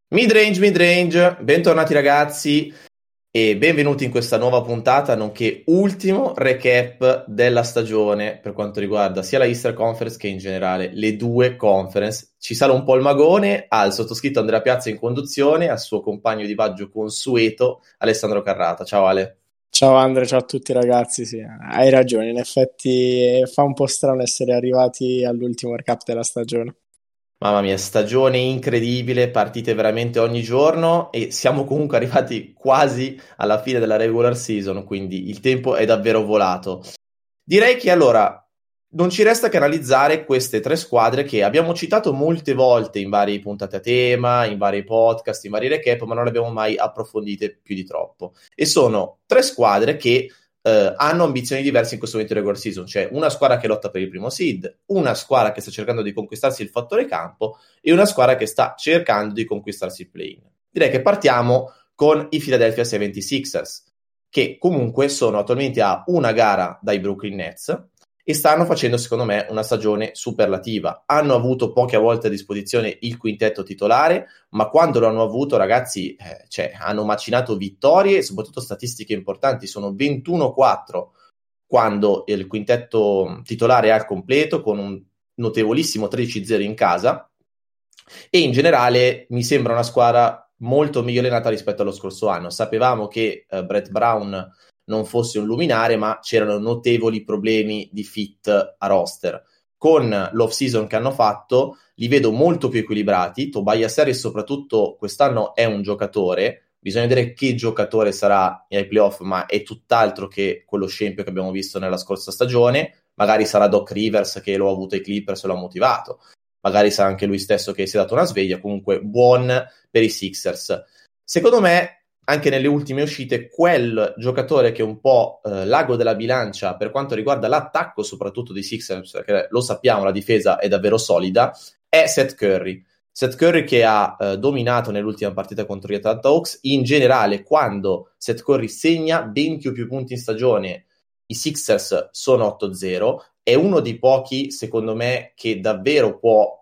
Midrange, bentornati ragazzi e benvenuti in questa nuova puntata, nonché ultimo recap della stagione per quanto riguarda sia la Eastern Conference che in generale le due conference. Ci sale un po' il magone, al sottoscritto Andrea Piazza in conduzione, al suo compagno di viaggio consueto Alessandro Carrata. Ciao Ale. Ciao Andre, ciao a tutti ragazzi, sì, hai ragione, in effetti fa un po' strano essere arrivati all'ultimo recap della stagione. Mamma mia, stagione incredibile, partite veramente ogni giorno e siamo comunque arrivati quasi alla fine della regular season, quindi il tempo è davvero volato. Direi che allora non ci resta che analizzare queste tre squadre che abbiamo citato molte volte in varie puntate a tema, in vari podcast, in vari recap, ma non le abbiamo mai approfondite più di troppo. E sono tre squadre che hanno ambizioni diverse in questo momento di regular season. C'è una squadra che lotta per il primo seed, una squadra che sta cercando di conquistarsi il fattore campo e una squadra che sta cercando di conquistarsi il play-in. Direi che partiamo con i Philadelphia 76ers, che comunque sono attualmente a una gara dai Brooklyn Nets e stanno facendo secondo me una stagione superlativa. Hanno avuto poche volte a disposizione il quintetto titolare, ma quando lo hanno avuto ragazzi hanno macinato vittorie e soprattutto statistiche importanti. Sono 21-4 quando il quintetto titolare è al completo, con un notevolissimo 13-0 in casa, e in generale mi sembra una squadra molto migliorata rispetto allo scorso anno. Sapevamo che Brett Brown non fosse un luminare, ma c'erano notevoli problemi di fit a roster. Con l'off-season che hanno fatto, li vedo molto più equilibrati. Tobias Harris soprattutto quest'anno è un giocatore, bisogna vedere che giocatore sarà ai playoff, ma è tutt'altro che quello scempio che abbiamo visto nella scorsa stagione. Magari sarà Doc Rivers che lo ha avuto ai Clippers e lo ha motivato, magari sarà anche lui stesso che si è dato una sveglia. Comunque buon per i Sixers. Secondo me anche nelle ultime uscite quel giocatore che è un po' l'ago della bilancia per quanto riguarda l'attacco soprattutto dei Sixers, perché lo sappiamo, la difesa è davvero solida, è Seth Curry. Seth Curry che ha dominato nell'ultima partita contro gli Atlanta Hawks. In generale, quando Seth Curry segna 20 o più punti in stagione, i Sixers sono 8-0. È uno dei pochi, secondo me, che davvero può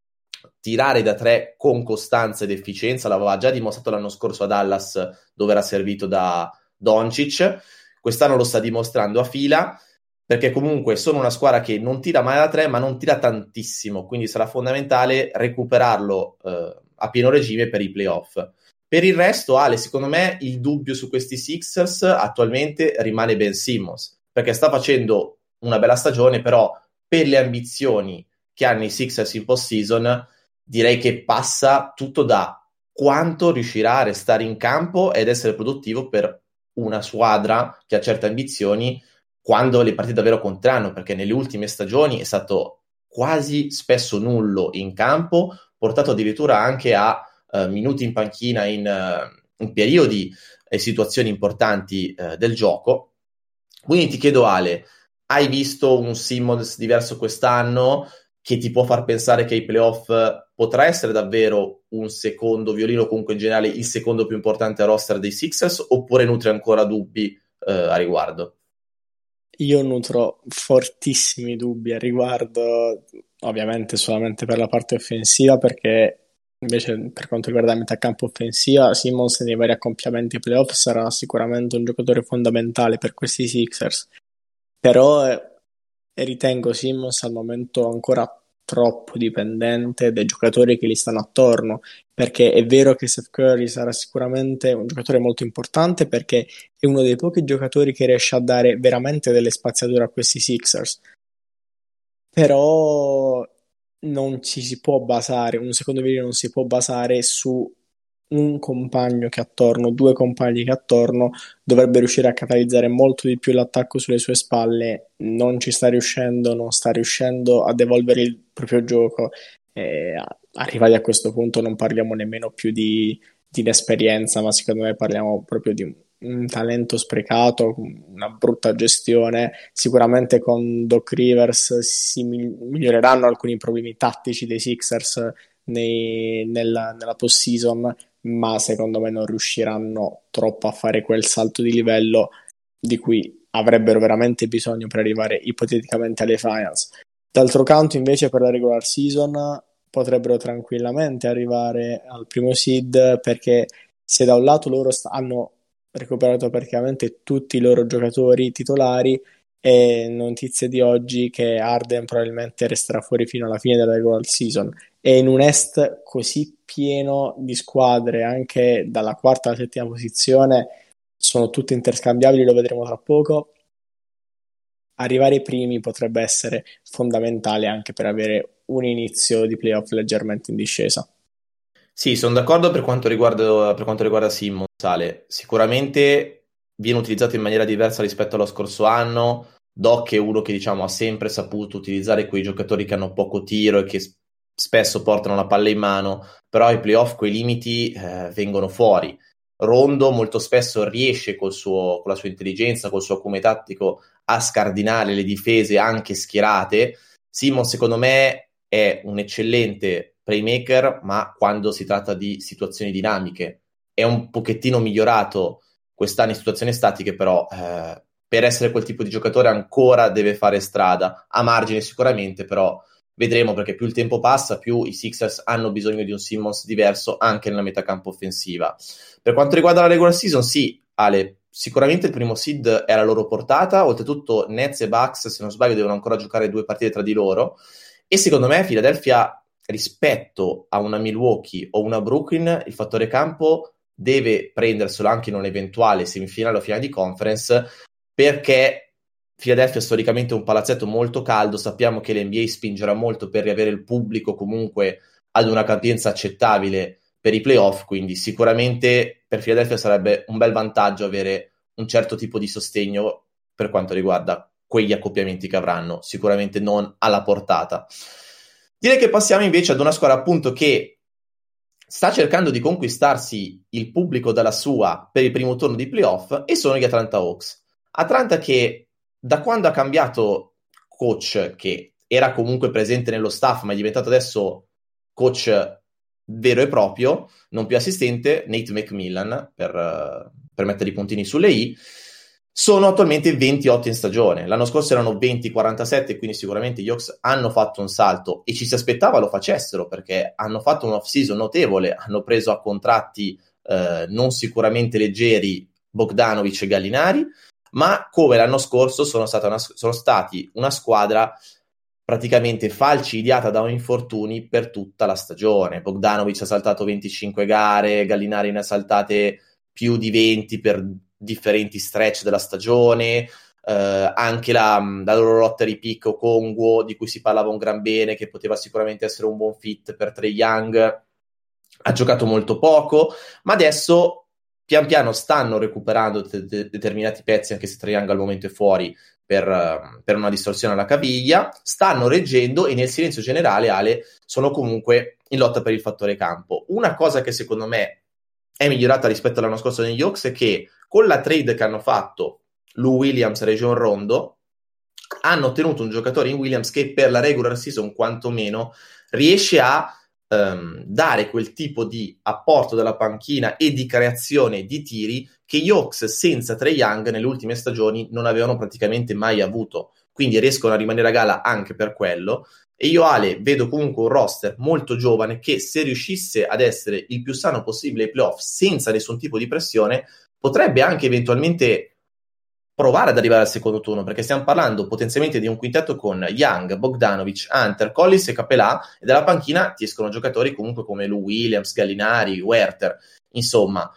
tirare da tre con costanza ed efficienza. L'aveva già dimostrato l'anno scorso a Dallas, dove era servito da Doncic. Quest'anno lo sta dimostrando a fila, perché comunque sono una squadra che non tira mai da tre, ma non tira tantissimo, quindi sarà fondamentale recuperarlo a pieno regime per i playoff. Per il resto, Ale, secondo me il dubbio su questi Sixers attualmente rimane Ben Simmons, perché sta facendo una bella stagione, però per le ambizioni che hanno i Sixers in post-season direi che passa tutto da quanto riuscirà a restare in campo ed essere produttivo per una squadra che ha certe ambizioni quando le partite davvero conteranno, perché nelle ultime stagioni è stato quasi spesso nullo in campo, portato addirittura anche a minuti in panchina in periodi e situazioni importanti del gioco. Quindi ti chiedo Ale, hai visto un Simmons diverso quest'anno che ti può far pensare che i playoff potrà essere davvero un secondo violino, comunque in generale il secondo più importante roster dei Sixers, oppure nutri ancora dubbi a riguardo? Io nutro fortissimi dubbi a riguardo, ovviamente solamente per la parte offensiva, perché invece per quanto riguarda la metà campo offensiva, Simmons nei vari accoppiamenti playoff sarà sicuramente un giocatore fondamentale per questi Sixers, però ritengo Simmons al momento ancora troppo dipendente dai giocatori che gli stanno attorno, perché è vero che Seth Curry sarà sicuramente un giocatore molto importante perché è uno dei pochi giocatori che riesce a dare veramente delle spaziature a questi Sixers, però non ci si può basare, un secondo video non si può basare su un compagno che attorno, due compagni che attorno dovrebbe riuscire a catalizzare molto di più l'attacco sulle sue spalle. Non ci sta riuscendo, non sta riuscendo ad evolvere il proprio gioco. Arrivati a questo punto non parliamo nemmeno più di inesperienza, ma secondo me parliamo proprio di un talento sprecato, una brutta gestione. Sicuramente con Doc Rivers si miglioreranno alcuni problemi tattici dei Sixers nella post-season, ma secondo me non riusciranno troppo a fare quel salto di livello di cui avrebbero veramente bisogno per arrivare ipoteticamente alle finals. D'altro canto, invece, per la regular season potrebbero tranquillamente arrivare al primo seed, perché se da un lato loro hanno recuperato praticamente tutti i loro giocatori titolari, e notizie di oggi che Harden probabilmente resterà fuori fino alla fine della regular season, e in un Est così pieno di squadre, anche dalla quarta alla settima posizione, sono tutte interscambiabili, lo vedremo tra poco. Arrivare ai primi potrebbe essere fondamentale anche per avere un inizio di playoff leggermente in discesa. Sì, sono d'accordo per quanto riguarda Simmons, Ale. Sicuramente viene utilizzato in maniera diversa rispetto allo scorso anno. Doc è uno che diciamo ha sempre saputo utilizzare quei giocatori che hanno poco tiro e che spesso portano la palla in mano, però ai playoff quei limiti vengono fuori. Rondo molto spesso riesce con la sua intelligenza, col suo acume tattico a scardinare le difese anche schierate. Simmons secondo me è un eccellente playmaker, ma quando si tratta di situazioni dinamiche è un pochettino migliorato quest'anno in situazioni statiche, però per essere quel tipo di giocatore ancora deve fare strada, a margine sicuramente, però vedremo, perché più il tempo passa, più i Sixers hanno bisogno di un Simmons diverso anche nella metacampo offensiva. Per quanto riguarda la regular season, sì, Ale, sicuramente il primo seed è alla loro portata, oltretutto Nets e Bucks, se non sbaglio, devono ancora giocare 2 partite tra di loro, e secondo me Philadelphia, rispetto a una Milwaukee o una Brooklyn, il fattore campo deve prenderselo anche in un'eventuale semifinale o finale di conference, perché Philadelphia è storicamente un palazzetto molto caldo, sappiamo che l'NBA spingerà molto per riavere il pubblico comunque ad una capienza accettabile per i playoff, quindi sicuramente per Philadelphia sarebbe un bel vantaggio avere un certo tipo di sostegno per quanto riguarda quegli accoppiamenti che avranno, sicuramente non alla portata. Direi che passiamo invece ad una squadra appunto che sta cercando di conquistarsi il pubblico dalla sua per il primo turno di playoff, e sono gli Atlanta Hawks. Atlanta che da quando ha cambiato coach, che era comunque presente nello staff ma è diventato adesso coach vero e proprio, non più assistente, Nate McMillan per mettere i puntini sulle i, sono attualmente 28 in stagione. L'anno scorso erano 20-47, quindi sicuramente gli Hawks hanno fatto un salto e ci si aspettava lo facessero, perché hanno fatto un off-season notevole, hanno preso a contratti non sicuramente leggeri Bogdanovic e Gallinari, ma come l'anno scorso sono stati una squadra praticamente falcidiata da infortuni per tutta la stagione. Bogdanovic ha saltato 25 gare, Gallinari ne ha saltate più di 20 per differenti stretch della stagione, anche la loro lottery pick Okongwu, di cui si parlava un gran bene, che poteva sicuramente essere un buon fit per Trae Young, ha giocato molto poco, ma adesso pian piano stanno recuperando determinati pezzi, anche se Trae Young al momento è fuori per una distorsione alla caviglia, stanno reggendo e nel silenzio generale, Ale, sono comunque in lotta per il fattore campo. Una cosa che secondo me è migliorata rispetto all'anno scorso negli Hawks è che con la trade che hanno fatto Lou Williams e Rajon Rondo hanno ottenuto un giocatore in Williams che per la regular season quantomeno riesce a dare quel tipo di apporto dalla panchina e di creazione di tiri che gli Hawks senza Trae Young nelle ultime stagioni non avevano praticamente mai avuto, quindi riescono a rimanere a gala anche per quello. E io, Ale, vedo comunque un roster molto giovane che, se riuscisse ad essere il più sano possibile ai playoff senza nessun tipo di pressione, potrebbe anche eventualmente provare ad arrivare al secondo turno, perché stiamo parlando potenzialmente di un quintetto con Young, Bogdanovic, Hunter, Collins e Capelà, e dalla panchina ti escono giocatori comunque come Lou Williams, Gallinari, Werther, insomma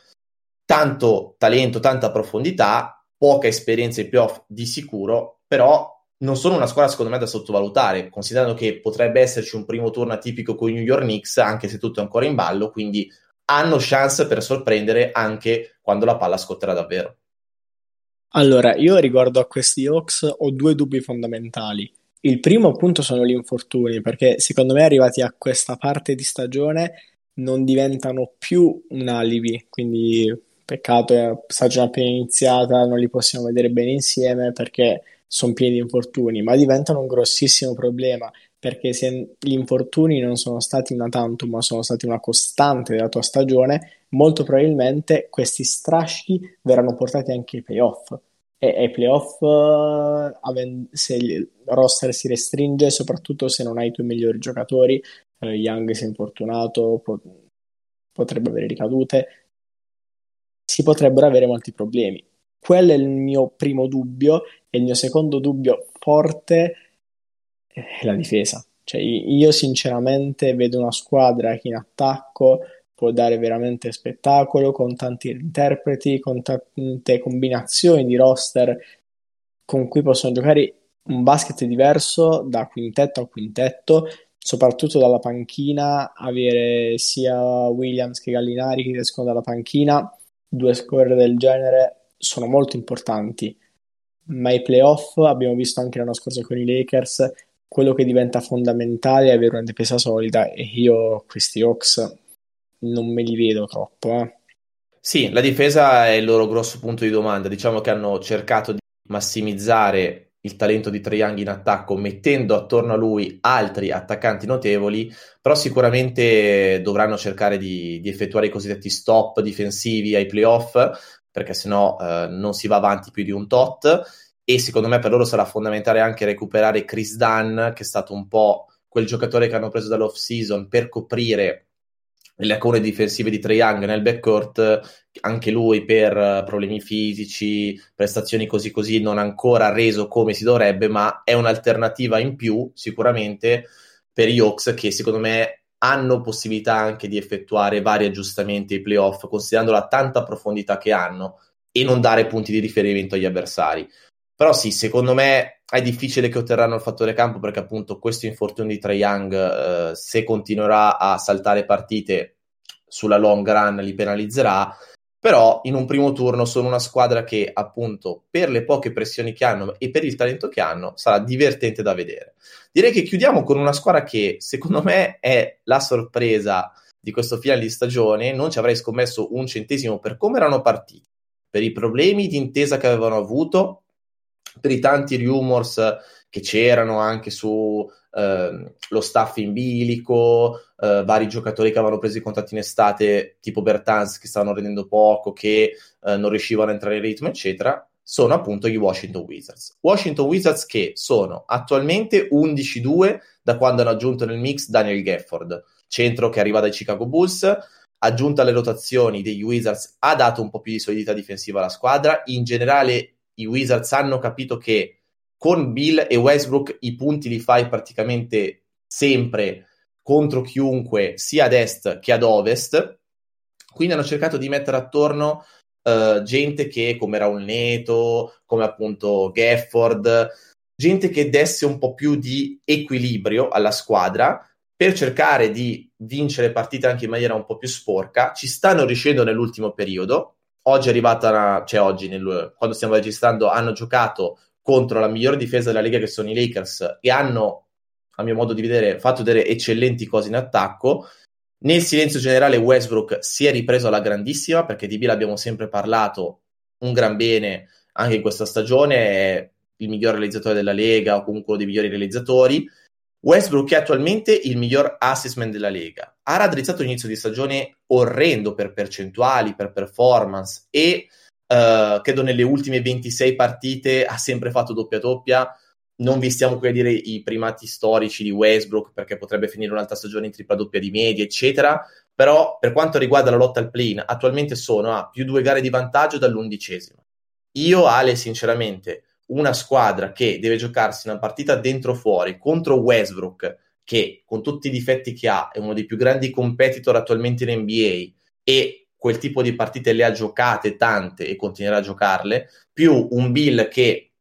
tanto talento, tanta profondità, poca esperienza ai playoff di sicuro, però non sono una squadra secondo me da sottovalutare, considerando che potrebbe esserci un primo turno atipico con i New York Knicks, anche se tutto è ancora in ballo, quindi hanno chance per sorprendere anche quando la palla scotterà davvero. Allora, io riguardo a questi Hawks ho due dubbi fondamentali. Il primo appunto sono gli infortuni, perché secondo me arrivati a questa parte di stagione non diventano più un alibi, quindi peccato, è stagione appena iniziata, non li possiamo vedere bene insieme perché sono pieni di infortuni, ma diventano un grossissimo problema, perché se gli infortuni non sono stati una tantum, ma sono stati una costante della tua stagione, molto probabilmente questi strascichi verranno portati anche ai playoff. E ai playoff, se il roster si restringe, soprattutto se non hai i tuoi migliori giocatori, Young si è infortunato, potrebbe avere ricadute, si potrebbero avere molti problemi. Quello è il mio primo dubbio, e il mio secondo dubbio forte è la difesa. Cioè, io sinceramente vedo una squadra che in attacco può dare veramente spettacolo, con tanti interpreti, con tante combinazioni di roster con cui possono giocare un basket diverso da quintetto a quintetto, soprattutto dalla panchina, avere sia Williams che Gallinari che escono dalla panchina, due scorer del genere sono molto importanti. Ma i playoff, abbiamo visto anche l'anno scorso con i Lakers, quello che diventa fondamentale è avere una difesa solida, e io questi Hawks non me li vedo troppo. Sì, la difesa è il loro grosso punto di domanda. Diciamo che hanno cercato di massimizzare il talento di Trae Young in attacco, mettendo attorno a lui altri attaccanti notevoli, però sicuramente dovranno cercare di effettuare i cosiddetti stop difensivi ai playoff, perché sennò non si va avanti più di un tot. E secondo me per loro sarà fondamentale anche recuperare Chris Dunn, che è stato un po' quel giocatore che hanno preso dall'off season per coprire le lacune difensive di Trae Young nel backcourt. Anche lui per problemi fisici, prestazioni così così, non ancora reso come si dovrebbe, ma è un'alternativa in più sicuramente per gli Hawks, che secondo me hanno possibilità anche di effettuare vari aggiustamenti ai playoff, considerando la tanta profondità che hanno, e non dare punti di riferimento agli avversari. Però sì, secondo me è difficile che otterranno il fattore campo, perché appunto questo infortunio di Trae Young, se continuerà a saltare partite sulla long run, li penalizzerà. Però in un primo turno sono una squadra che appunto per le poche pressioni che hanno e per il talento che hanno sarà divertente da vedere. Direi che chiudiamo con una squadra che secondo me è la sorpresa di questo finale di stagione. Non ci avrei scommesso un centesimo per come erano partiti, per i problemi di intesa che avevano avuto, per i tanti rumors che c'erano anche su lo staff in bilico, vari giocatori che avevano preso i contratti in estate, tipo Bertans, che stavano rendendo poco, che non riuscivano a entrare in ritmo, eccetera. Sono appunto gli Washington Wizards. Washington Wizards che sono attualmente 11-2 da quando hanno aggiunto nel mix Daniel Gafford, centro che arriva dai Chicago Bulls. Aggiunta alle rotazioni degli Wizards, ha dato un po' più di solidità difensiva alla squadra. In generale i Wizards hanno capito che con Bill e Westbrook i punti li fai praticamente sempre contro chiunque, sia ad est che ad ovest. Quindi hanno cercato di mettere attorno gente che, come Raul Neto, come appunto Gafford, gente che desse un po' più di equilibrio alla squadra, per cercare di vincere partite anche in maniera un po' più sporca. Ci stanno riuscendo nell'ultimo periodo. Oggi è arrivata, cioè oggi, quando stiamo registrando, hanno giocato contro la migliore difesa della Lega, che sono i Lakers, e hanno, a mio modo di vedere, fatto delle eccellenti cose in attacco. Nel silenzio generale Westbrook si è ripreso alla grandissima, perché di Bill abbiamo sempre parlato un gran bene anche in questa stagione, è il miglior realizzatore della Lega, o comunque uno dei migliori realizzatori. Westbrook è attualmente il miglior assist man della Lega. Ha raddrizzato un inizio di stagione orrendo per percentuali, per performance, e credo nelle ultime 26 partite ha sempre fatto doppia-doppia. Non vi stiamo qui a dire i primati storici di Westbrook, perché potrebbe finire un'altra stagione in tripla doppia di media, eccetera. Però per quanto riguarda la lotta al play-in, attualmente sono a più 2 gare di vantaggio dall'11ª. Io, Ale, sinceramente, una squadra che deve giocarsi una partita dentro o fuori contro Westbrook, che con tutti i difetti che ha è uno dei più grandi competitor attualmente in NBA, e quel tipo di partite le ha giocate tante e continuerà a giocarle, più un Bill che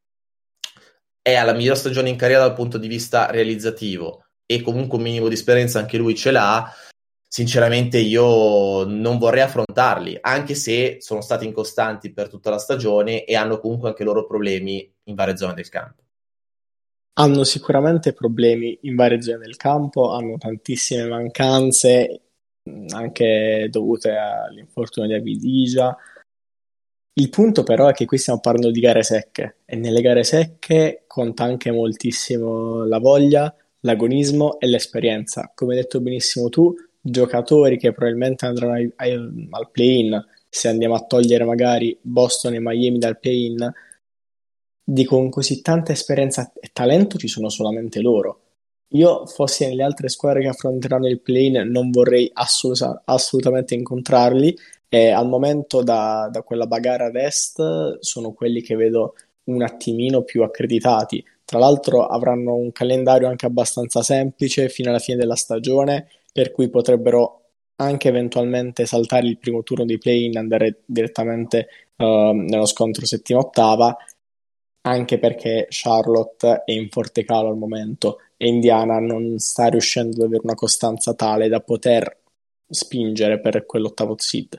è alla miglior stagione in carriera dal punto di vista realizzativo, e comunque un minimo di esperienza anche lui ce l'ha. Sinceramente io non vorrei affrontarli, anche se sono stati incostanti per tutta la stagione e hanno comunque anche loro problemi in varie zone del campo. Hanno sicuramente problemi in varie zone del campo, hanno tantissime mancanze, anche dovute all'infortunio di Avdija. Il punto però è che qui stiamo parlando di gare secche, e nelle gare secche conta anche moltissimo la voglia, l'agonismo e l'esperienza. Come hai detto benissimo tu, giocatori che probabilmente andranno al play-in, se andiamo a togliere magari Boston e Miami dal play-in, con così tanta esperienza e talento ci sono solamente loro. Io, fossi nelle altre squadre che affronteranno il play-in, non vorrei assolutamente incontrarli. E al momento, da quella bagarre ad est, sono quelli che vedo un attimino più accreditati. Tra l'altro, avranno un calendario anche abbastanza semplice fino alla fine della stagione, per cui potrebbero anche eventualmente saltare il primo turno di play-in e andare direttamente nello scontro settima-ottava, anche perché Charlotte è in forte calo al momento e Indiana non sta riuscendo ad avere una costanza tale da poter spingere per quell'ottavo seed.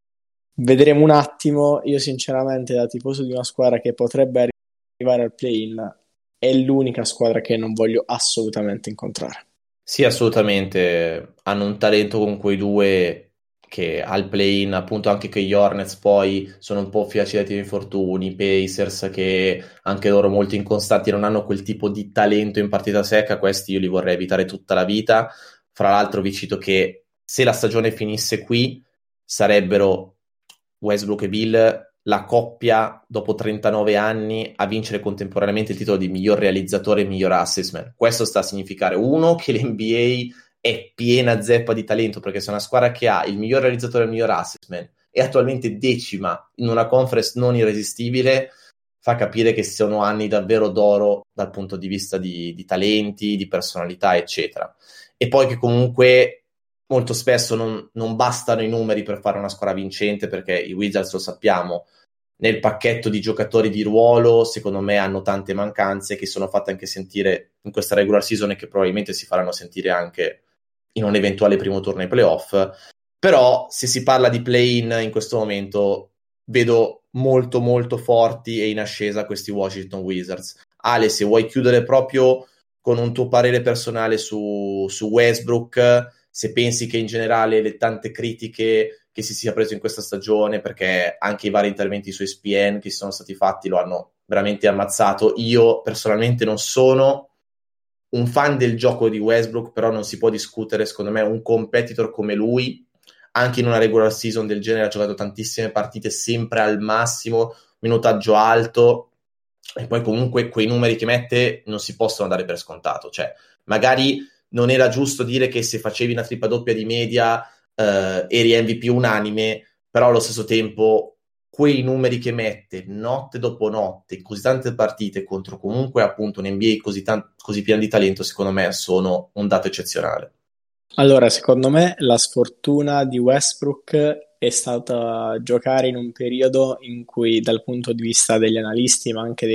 Vedremo un attimo. Io sinceramente, da tifoso di una squadra che potrebbe arrivare al play-in, è l'unica squadra che non voglio assolutamente incontrare. Sì, assolutamente, hanno un talento con quei due che al play-in, appunto anche che gli Hornets poi sono un po' fiaccati di infortuni, i Pacers che anche loro molto incostanti, non hanno quel tipo di talento in partita secca, questi io li vorrei evitare tutta la vita. Fra l'altro vi cito che se la stagione finisse qui sarebbero Westbrook e Bill la coppia dopo 39 anni a vincere contemporaneamente il titolo di miglior realizzatore e miglior assist man. Questo sta a significare, uno, che l'NBA è piena zeppa di talento, perché se una squadra che ha il miglior realizzatore e il miglior assist man è attualmente decima in una conference non irresistibile, fa capire che sono anni davvero d'oro dal punto di vista di talenti, di personalità, eccetera. E poi che comunque molto spesso non bastano i numeri per fare una squadra vincente, perché i Wizards, lo sappiamo, nel pacchetto di giocatori di ruolo, secondo me hanno tante mancanze che sono fatte anche sentire in questa regular season e che probabilmente si faranno sentire anche in un eventuale primo turno ai playoff. Però se si parla di play-in in questo momento vedo molto molto forti e in ascesa questi Washington Wizards. Ale, se vuoi chiudere proprio con un tuo parere personale su Westbrook, se pensi che in generale le tante critiche che si sia preso in questa stagione, perché anche i vari interventi su ESPN che si sono stati fatti lo hanno veramente ammazzato. Io personalmente non sono un fan del gioco di Westbrook, però non si può discutere, secondo me, un competitor come lui, anche in una regular season del genere, ha giocato tantissime partite sempre al massimo, minutaggio alto, e poi comunque quei numeri che mette non si possono dare per scontato. Cioè, magari non era giusto dire che se facevi una tripla doppia di media eri MVP unanime, però allo stesso tempo quei numeri che mette notte dopo notte, così tante partite contro comunque appunto un NBA così pieno di talento, secondo me sono un dato eccezionale. Allora, secondo me la sfortuna di Westbrook è stata giocare in un periodo in cui, dal punto di vista degli analisti, ma anche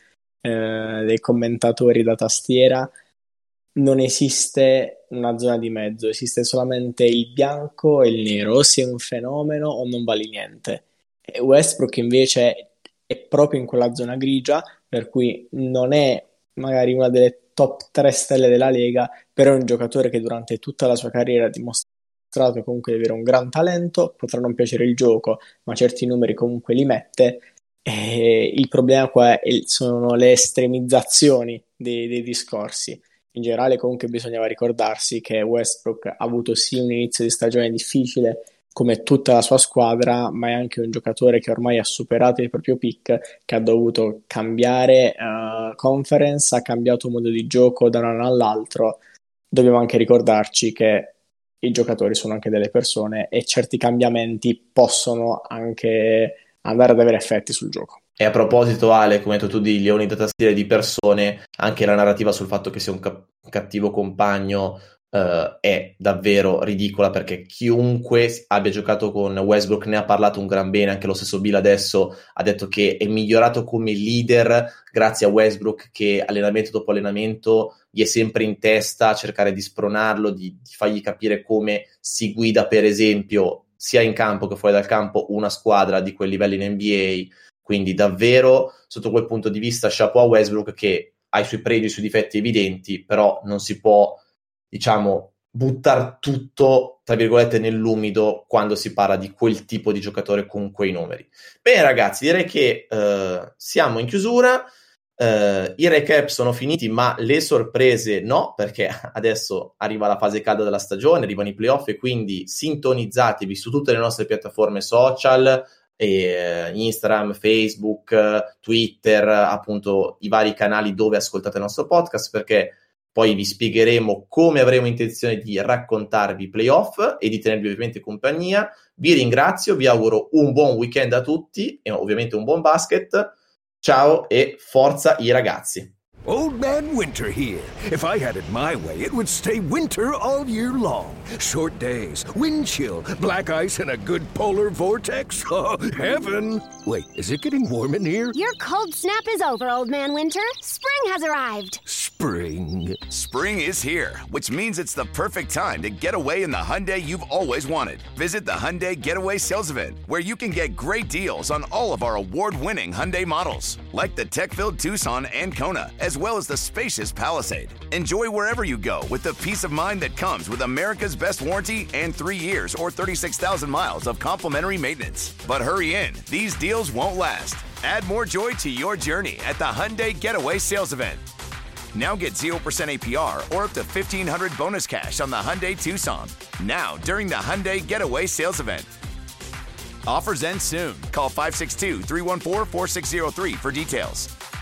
dei commentatori da tastiera, non esiste una zona di mezzo, esiste solamente il bianco e il nero, o sei un fenomeno o non vali niente. E Westbrook invece è proprio in quella zona grigia, per cui non è magari una delle top 3 stelle della Lega, però è un giocatore che durante tutta la sua carriera ha dimostrato comunque di avere un gran talento. Potrà non piacere il gioco, ma certi numeri comunque li mette. E il problema qua sono le estremizzazioni dei discorsi. In generale, comunque, bisognava ricordarsi che Westbrook ha avuto sì un inizio di stagione difficile come tutta la sua squadra, ma è anche un giocatore che ormai ha superato il proprio peak, che ha dovuto cambiare conference, ha cambiato modo di gioco da un anno all'altro. Dobbiamo anche ricordarci che i giocatori sono anche delle persone e certi cambiamenti possono anche andare ad avere effetti sul gioco. E a proposito, Ale, come hai detto tu, di leoni da tastiere di persone, anche la narrativa sul fatto che sia un cattivo compagno è davvero ridicola, perché chiunque abbia giocato con Westbrook ne ha parlato un gran bene. Anche lo stesso Bill adesso ha detto che è migliorato come leader grazie a Westbrook, che allenamento dopo allenamento gli è sempre in testa a cercare di spronarlo, di fargli capire come si guida, per esempio, sia in campo che fuori dal campo, una squadra di quel livello in NBA. Quindi davvero, sotto quel punto di vista, chapeau a Westbrook, che ha i suoi pregi e i suoi difetti evidenti, però non si può, diciamo, buttare tutto, tra virgolette, nell'umido quando si parla di quel tipo di giocatore con quei numeri. Bene ragazzi, direi che siamo in chiusura. I recap sono finiti, ma le sorprese no, perché adesso arriva la fase calda della stagione, arrivano i playoff, e quindi sintonizzatevi su tutte le nostre piattaforme social, Instagram, Facebook, Twitter, appunto i vari canali dove ascoltate il nostro podcast, perché poi vi spiegheremo come avremo intenzione di raccontarvi i playoff e di tenervi ovviamente compagnia. Vi ringrazio, vi auguro un buon weekend a tutti e ovviamente un buon basket. Ciao e forza i ragazzi. Old Man Winter here. If I had it my way, it would stay winter all year long. Short days, wind chill, black ice, and a good polar vortex. Oh, heaven! Wait, is it getting warm in here? Your cold snap is over, Old Man Winter. Spring has arrived. Spring. Spring is here, which means it's the perfect time to get away in the Hyundai you've always wanted. Visit the Hyundai Getaway Sales Event, where you can get great deals on all of our award-winning Hyundai models, like the tech-filled Tucson and Kona, as well as the spacious Palisade. Enjoy wherever you go with the peace of mind that comes with America's best warranty and 3 years or 36,000 miles of complimentary maintenance. But hurry in, these deals won't last. Add more joy to your journey at the Hyundai Getaway Sales Event. Now get 0% APR or up to $1,500 bonus cash on the Hyundai Tucson. Now, during the Hyundai Getaway Sales Event. Offers end soon. Call 562-314-4603 for details.